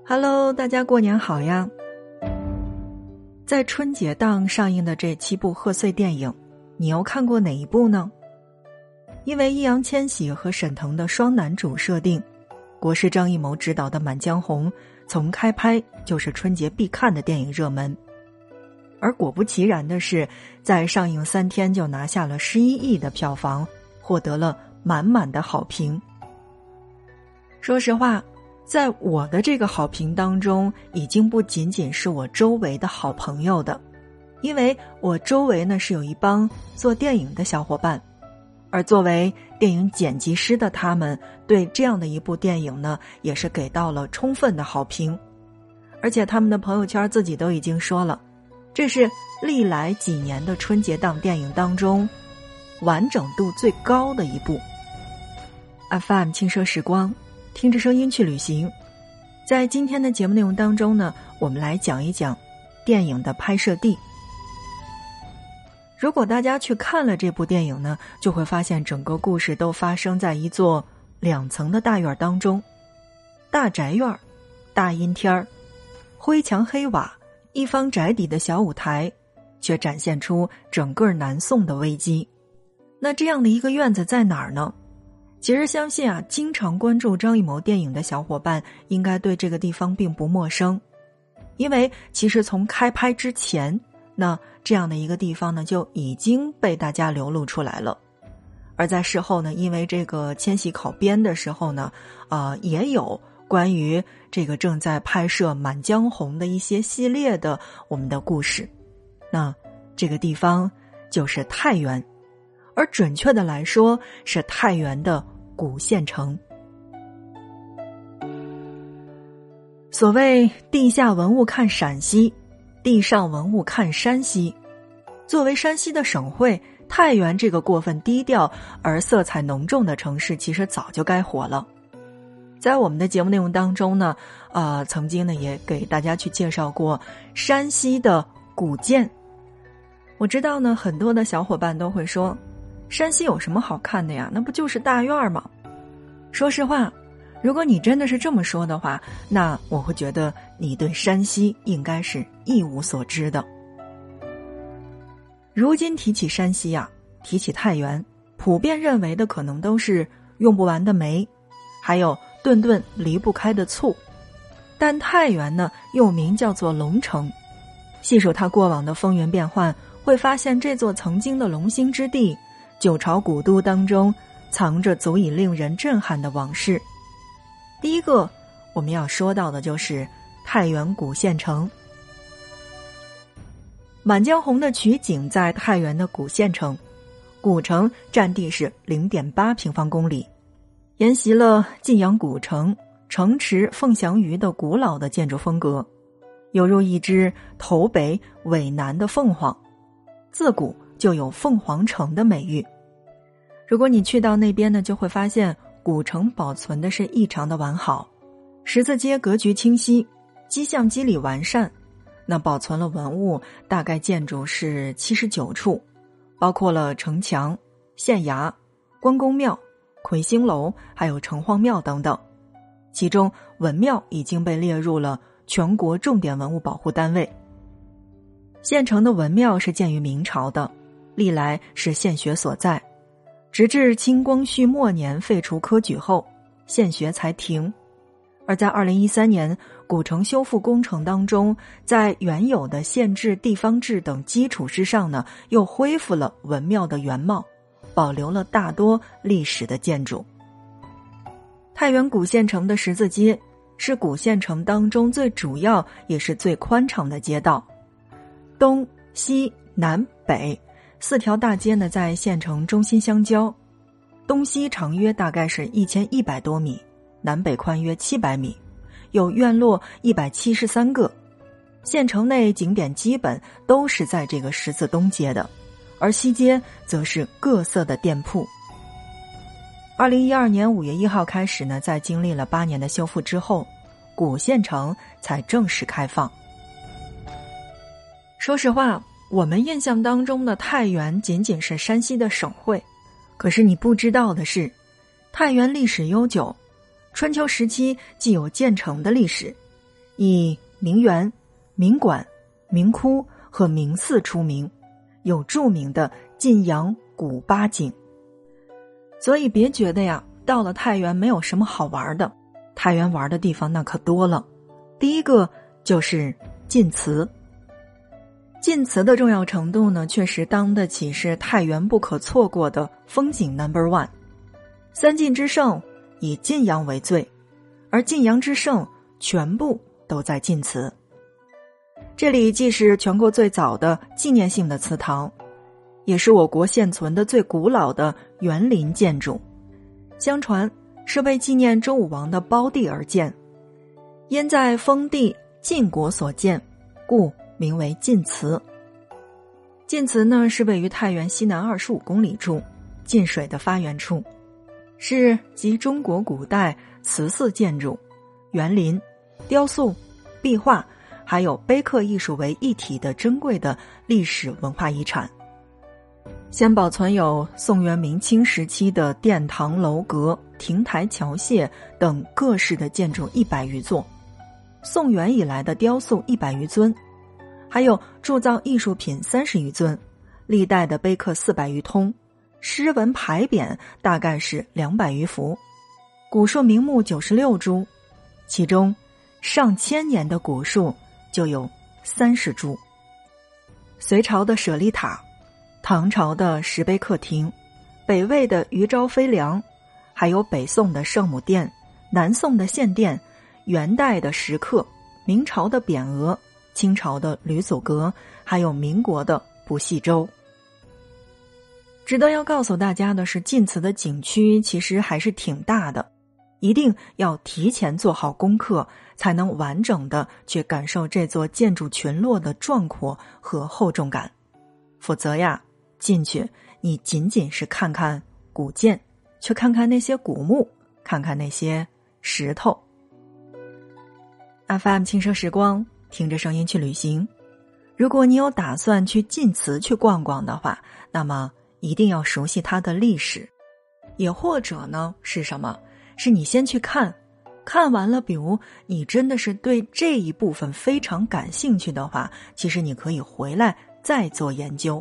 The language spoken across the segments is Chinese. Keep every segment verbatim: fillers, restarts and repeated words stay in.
Hello， 大家过年好呀！在春节档上映的这七部贺岁电影，你又看过哪一部呢？因为易烊千玺和沈腾的双男主设定，国师张艺谋执导的《满江红》从开拍就是春节必看的电影热门。而果不其然的是，在上映三天就拿下了十一亿的票房，获得了满满的好评。说实话，在我的这个好评当中，已经不仅仅是我周围的好朋友的，因为我周围呢是有一帮做电影的小伙伴，而作为电影剪辑师的他们，对这样的一部电影呢，也是给到了充分的好评。而且他们的朋友圈自己都已经说了，这是历来几年的春节档电影当中完整度最高的一部。 F M 轻奢时光，听着声音去旅行。在今天的节目内容当中呢，我们来讲一讲电影的拍摄地。如果大家去看了这部电影呢，就会发现整个故事都发生在一座两层的大院当中。大宅院，大阴天，灰墙黑瓦，一方宅邸的小舞台，却展现出整个南宋的危机。那这样的一个院子在哪儿呢？其实相信啊，经常关注张艺谋电影的小伙伴应该对这个地方并不陌生，因为其实从开拍之前，那这样的一个地方呢就已经被大家流露出来了。而在事后呢，因为这个千玺考编的时候呢，呃，也有关于这个正在拍摄《满江红》的一些系列的我们的故事。那这个地方就是太原，而准确的来说是太原的古县城。所谓地下文物看陕西，地上文物看山西。作为山西的省会，太原这个过分低调而色彩浓重的城市其实早就该火了。在我们的节目内容当中呢，呃，曾经呢也给大家去介绍过山西的古建。我知道呢，很多的小伙伴都会说，山西有什么好看的呀？那不就是大院吗？说实话，如果你真的是这么说的话，那我会觉得你对山西应该是一无所知的。如今提起山西啊，提起太原，普遍认为的可能都是用不完的煤，还有顿顿离不开的醋。但太原呢，又名叫做龙城。细数它过往的风云变幻，会发现这座曾经的龙兴之地，九朝古都当中藏着足以令人震撼的往事。第一个我们要说到的就是太原古县城。满江红的取景在太原的古县城，古城占地是 零点八平方公里，沿袭了晋阳古城、城池、凤翔鱼的古老的建筑风格，犹如一只头北尾南的凤凰，自古就有凤凰城的美誉。如果你去到那边呢，就会发现古城保存的是异常的完好，十字街格局清晰，基巷肌理完善。那保存了文物大概建筑是七十九处，包括了城墙、县衙、关公庙、魁星楼，还有城隍庙等等。其中文庙已经被列入了全国重点文物保护单位。县城的文庙是建于明朝的，历来是县学所在，直至清光绪末年废除科举后，县学才停。而在二零一三年古城修复工程当中，在原有的县制、地方制等基础之上呢，又恢复了文庙的原貌，保留了大多历史的建筑。太原古县城的十字街是古县城当中最主要也是最宽敞的街道，东西南北四条大街呢在县城中心相交，东西长约大概是一千一百多米，南北宽约七百米，有院落一百七十三个。县城内景点基本都是在这个十字东街的，而西街则是各色的店铺。二零一二年五月一号开始呢，在经历了八年的修复之后，古县城才正式开放。说实话，我们印象当中的太原仅仅是山西的省会，可是你不知道的是，太原历史悠久，春秋时期既有建城的历史， 以名园、名馆、名窟和名寺出名，有著名的晋阳古八景。所以别觉得呀，到了太原没有什么好玩的，太原玩的地方那可多了。第一个就是晋祠。晋祠的重要程度呢，确实当得起是太原不可错过的风景 number one。三晋之盛以晋阳为最，而晋阳之盛全部都在晋祠。这里既是全国最早的纪念性的祠堂，也是我国现存的最古老的园林建筑。相传是为纪念周武王的胞弟而建，因在封地晋国所建，故名为晋祠。晋祠呢，是位于太原西南二十五公里处，晋水的发源处，是集中国古代祠祀建筑、园林、雕塑、壁画还有碑刻艺术为一体的珍贵的历史文化遗产。现保存有宋元明清时期的殿堂楼阁、亭台桥榭等各式的建筑一百余座，宋元以来的雕塑一百余尊，还有铸造艺术品三十余尊，历代的碑刻四百余通，诗文牌匾大概是两百余幅，古树名木九十六株，其中上千年的古树就有三十株。隋朝的舍利塔，唐朝的石碑刻亭，北魏的余昭飞梁，还有北宋的圣母殿、南宋的献殿、元代的石刻、明朝的匾额、清朝的吕祖阁，还有民国的不系舟。值得要告诉大家的是，晋祠的景区其实还是挺大的，一定要提前做好功课，才能完整的去感受这座建筑群落的壮阔和厚重感。否则呀，进去你仅仅是看看古建，去看看那些古墓，看看那些石头。 F M 轻奢时光，听着声音去旅行。如果你有打算去晋祠去逛逛的话，那么一定要熟悉它的历史。也或者呢，是什么？是你先去看，看完了，比如你真的是对这一部分非常感兴趣的话，其实你可以回来再做研究。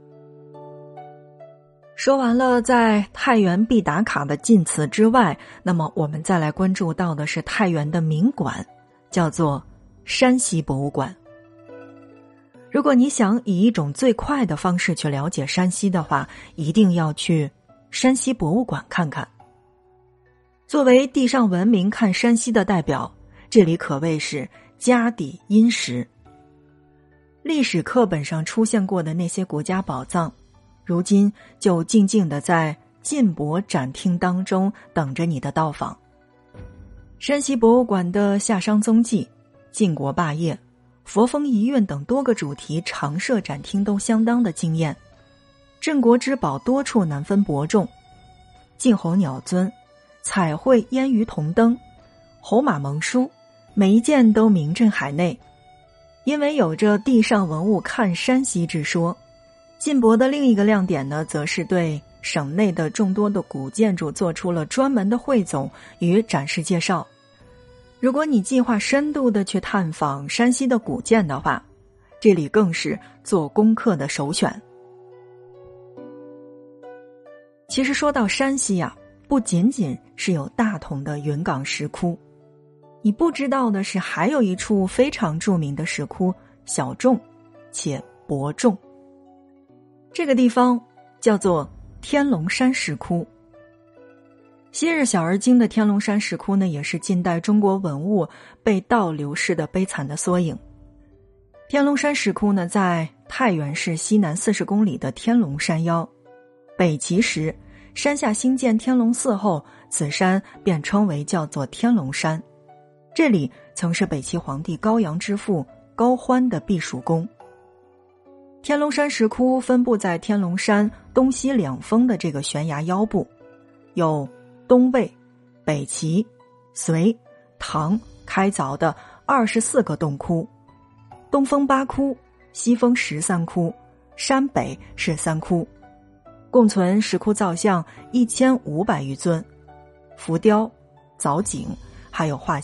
说完了在太原必打卡的晋祠之外，那么我们再来关注到的是太原的名馆，叫做山西博物馆。如果你想以一种最快的方式去了解山西的话，一定要去山西博物馆看看。作为地上文明看山西的代表，这里可谓是家底殷实。历史课本上出现过的那些国家宝藏，如今就静静地在晋博展厅当中等着你的到访。山西博物馆的夏商踪迹、晋国霸业、佛风遗韵等多个主题常设展厅都相当的惊艳。镇国之宝多处难分伯仲，晋侯鸟尊、彩绘烟鱼铜灯、侯马蒙书，每一件都名震海内。因为有着地上文物看山西之说，晋博的另一个亮点呢，则是对省内的众多的古建筑做出了专门的汇总与展示介绍。如果你计划深度的去探访山西的古建的话，这里更是做功课的首选。其实说到山西啊，不仅仅是有大同的云冈石窟，你不知道的是还有一处非常著名的石窟，小众且博众。这个地方叫做天龙山石窟。昔日小而精的天龙山石窟呢，也是近代中国文物被盗流失的悲惨的缩影。天龙山石窟呢，在太原市西南四十公里的天龙山腰。北齐时，山下兴建天龙寺后，此山便称为叫做天龙山。这里曾是北齐皇帝高阳之父高欢的避暑宫。天龙山石窟分布在天龙山东西两峰的这个悬崖腰部，有东魏、北齐、隋、唐开凿的二十四个洞窟，东峰八窟，西峰十三窟，山北是三窟，共存石窟造像一千五百余尊，浮雕、藻井还有画像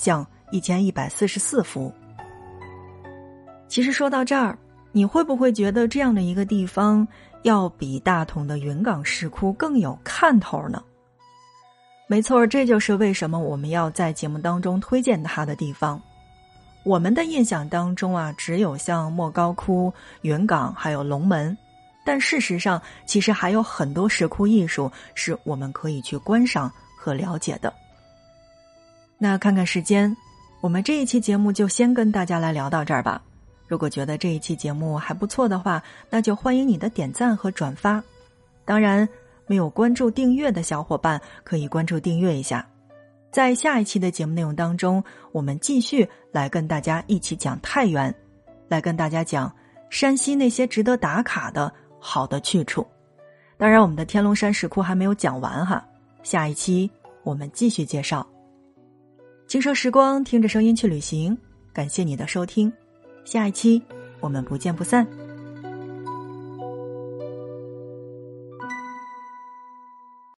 一千一百四十四幅。其实说到这儿，你会不会觉得这样的一个地方要比大同的云冈石窟更有看头呢？没错，这就是为什么我们要在节目当中推荐它的地方。我们的印象当中啊，只有像莫高窟、云冈还有龙门，但事实上其实还有很多石窟艺术是我们可以去观赏和了解的。那看看时间，我们这一期节目就先跟大家来聊到这儿吧。如果觉得这一期节目还不错的话，那就欢迎你的点赞和转发。当然，没有关注订阅的小伙伴可以关注订阅一下。在下一期的节目内容当中，我们继续来跟大家一起讲太原，来跟大家讲山西那些值得打卡的好的去处。当然，我们的天龙山石窟还没有讲完哈，下一期我们继续介绍。轻奢时光，听着声音去旅行，感谢你的收听。下一期我们不见不散。